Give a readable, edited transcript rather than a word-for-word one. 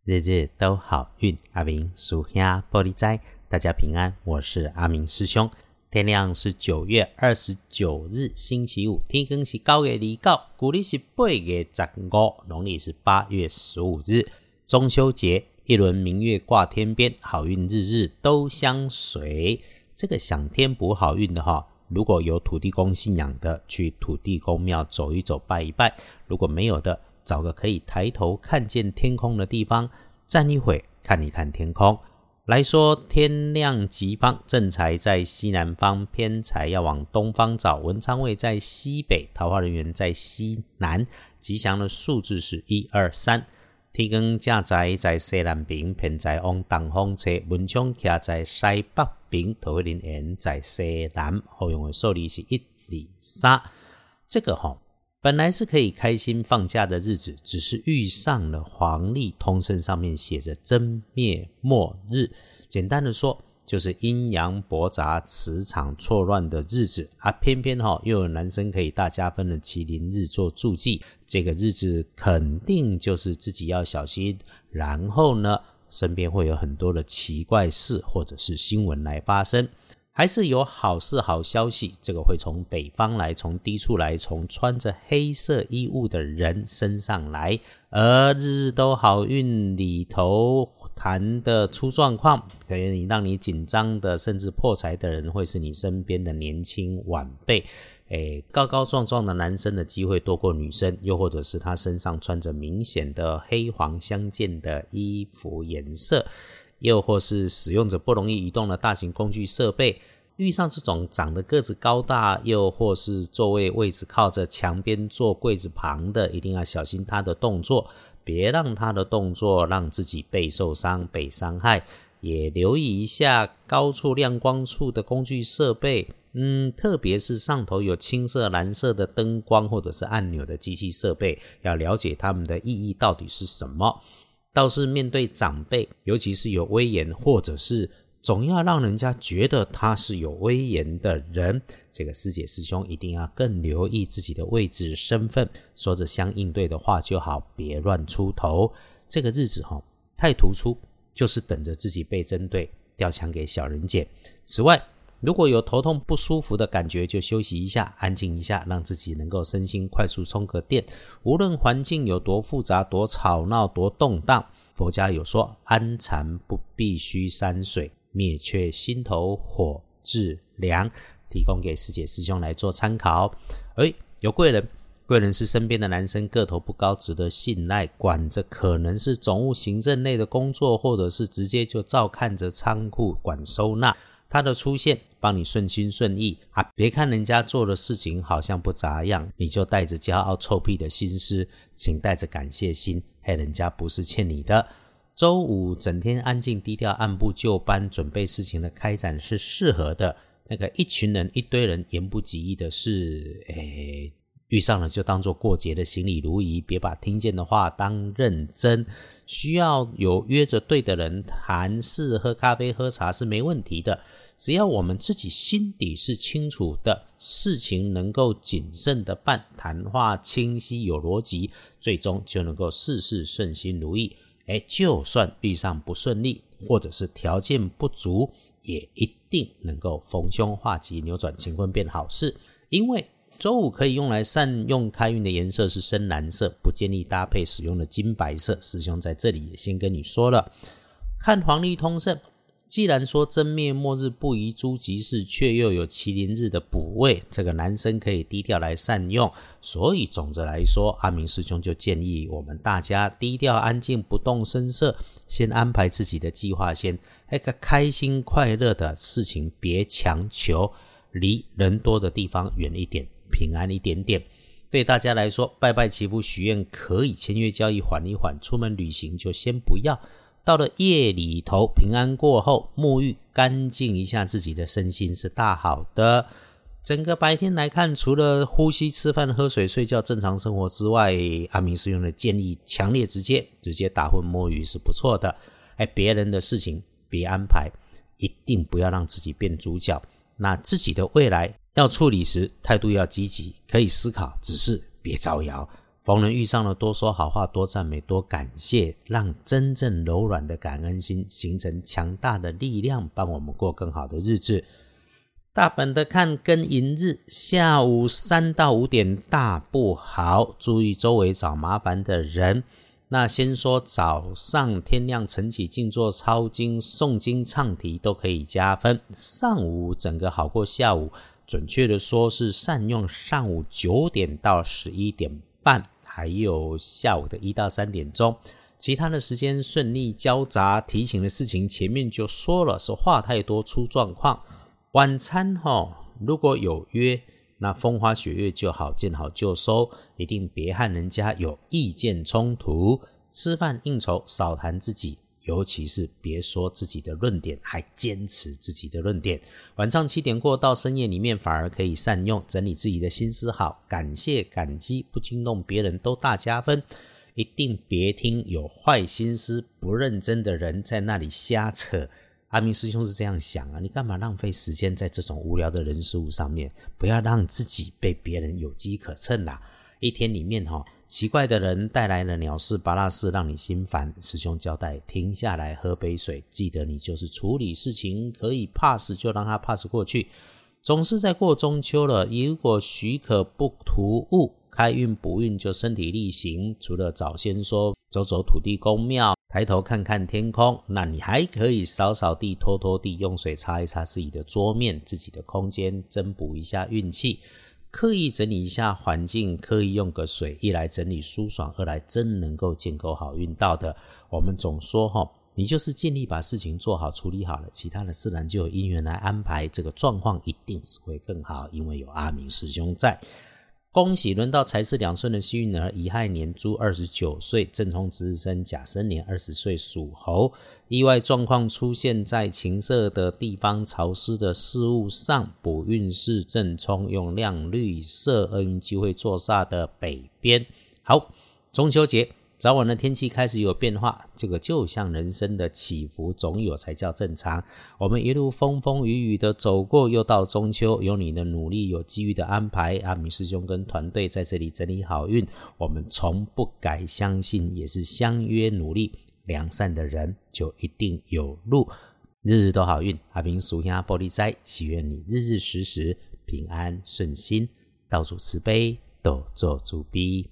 日日都好运，阿明属兄玻璃斋，大家平安，我是阿明师兄。天亮是9月29日星期五，天光是9月29，古历是8月15，农历是8月15日，中秋节，一轮明月挂天边，好运日日都相随。这个想添补好运的如果有土地公信仰的，去土地公庙走一走拜一拜，如果没有的，找个可以抬头看见天空的地方站一会，看一看天空。来说天亮吉方，正财在西南方，偏财要往东方找，文昌位在西北，桃花人缘在西南，吉祥的数字是1、2、3。天光正财在西南边，偏财往东方找，文昌徛在西北边，桃花人缘在西南，好用的数字是1、2、3。这个本来是可以开心放假的日子，只是遇上了黄历通胜上面写着真灭末日。简单的说，就是阴阳驳杂、磁场错乱的日子偏偏又有男生可以大加分的麒麟日做注记，这个日子肯定就是自己要小心，然后呢，身边会有很多的奇怪事或者是新闻来发生。还是有好事好消息，这个会从北方来，从低处来，从穿着黑色衣物的人身上来。而日日都好运里头谈的出状况，可以让你紧张的甚至破财的人会是你身边的年轻晚辈。高高壮壮的男生的机会多过女生，又或者是他身上穿着明显的黑黄相间的衣服颜色，又或是使用着不容易移动的大型工具设备。遇上这种长得个子高大，又或是座位置靠着墙边坐柜子旁的，一定要小心他的动作，别让他的动作让自己被受伤被伤害。也留意一下高处亮光处的工具设备，特别是上头有青色蓝色的灯光或者是按钮的机器设备，要了解它们的意义到底是什么。倒是面对长辈，尤其是有威严或者是总要让人家觉得他是有威严的人，这个师姐师兄一定要更留意自己的位置身份，说着相应对的话就好，别乱出头。这个日子太突出，就是等着自己被针对，掉枪给小人捡。此外，如果有头痛不舒服的感觉，就休息一下，安静一下，让自己能够身心快速充个电。无论环境有多复杂、多吵闹、多动荡，佛家有说安禅不必须山水，灭却心头火自凉，提供给师姐师兄来做参考。有贵人，贵人是身边的男生，个头不高，值得信赖，管着可能是总务行政类的工作，或者是直接就照看着仓库管收纳。他的出现帮你顺心顺意别看人家做的事情好像不咋样，你就带着骄傲臭屁的心思，请带着感谢心，人家不是欠你的。周五整天安静低调，按部就班准备事情的开展是适合的。那个一群人一堆人言不及义的事，遇上了就当作过节的行礼如仪，别把听见的话当认真。需要有约着对的人谈事喝咖啡喝茶是没问题的，只要我们自己心底是清楚的，事情能够谨慎的办，谈话清晰有逻辑，最终就能够事事顺心如意。就算遇上不顺利或者是条件不足，也一定能够逢凶化吉，扭转乾坤变好事。因为周五可以用来善用开运的颜色是深蓝色，不建议搭配使用的金白色，师兄在这里也先跟你说了。看黄历通胜，既然说真灭末日不宜诸吉事，却又有麒麟日的补位，这个男生可以低调来善用，所以总的来说，阿明师兄就建议我们大家低调安静，不动声色，先安排自己的计划先，那个开心快乐的事情别强求，离人多的地方远一点，平安一点点。对大家来说，拜拜祈福许愿可以，签约交易缓一缓，出门旅行就先不要。到了夜里头，平安过后，沐浴干净一下自己的身心是大好的。整个白天来看，除了呼吸、吃饭、喝水、睡觉正常生活之外，阿明师兄的建议强烈直接打混摸鱼是不错的。别人的事情别安排，一定不要让自己变主角。那自己的未来要处理时，态度要积极，可以思考，只是别招摇。 逢人遇上了多说好话，多赞美，多感谢，让真正柔软的感恩心形成强大的力量，帮我们过更好的日子。大本的看庚寅日下午3到5点大不好，注意周围找麻烦的人。那先说早上天亮晨起静坐抄经诵经唱题都可以加分，上午整个好过下午，准确的说是善用上午9点到11点半，还有下午的1到3点钟，其他的时间顺利交杂。提醒的事情前面就说了，是话太多出状况。晚餐如果有约，那风花雪月就好，见好就收，一定别和人家有意见冲突。吃饭应酬少谈自己，尤其是别说自己的论点，还坚持自己的论点。晚上7点过到深夜里面，反而可以善用，整理自己的心思好，感谢感激，不惊动别人都大加分。一定别听有坏心思不认真的人在那里瞎扯。阿明师兄是这样想啊，你干嘛浪费时间在这种无聊的人事物上面，不要让自己被别人有机可乘啦。一天里面奇怪的人带来了鸟事巴拉事，让你心烦，师兄交代停下来喝杯水，记得你就是处理事情可以 pass 就让它 pass 过去。总是在过中秋了，如果许可不突兀，开运补运就身体力行，除了早先说走走土地公庙，抬头看看天空，那你还可以扫扫地拖拖地，用水擦一擦自己的桌面，自己的空间，增补一下运气。刻意整理一下环境，刻意用个水，一来整理舒爽，二来真能够建构好运道的。我们总说你就是尽力把事情做好处理好了，其他的自然就有因缘来安排，这个状况一定是会更好，因为有阿明师兄在。恭喜轮到财势两顺的幸运儿，乙亥年猪29岁，正冲值日生甲申年20岁属猴。意外状况出现在情色的地方，潮湿的事物上，补运势正冲用亮绿色，厄运机会坐煞的北边。好，中秋节早晚的天气开始有变化，这个就像人生的起伏总有才叫正常。我们一路风风雨雨的走过，又到中秋，有你的努力，有机遇的安排，阿明师兄跟团队在这里整理好运，我们从不改相信，也是相约努力，良善的人就一定有路，日日都好运。阿明属下玻璃斋，祈愿你日日时时平安顺心，道主慈悲，多做主逼。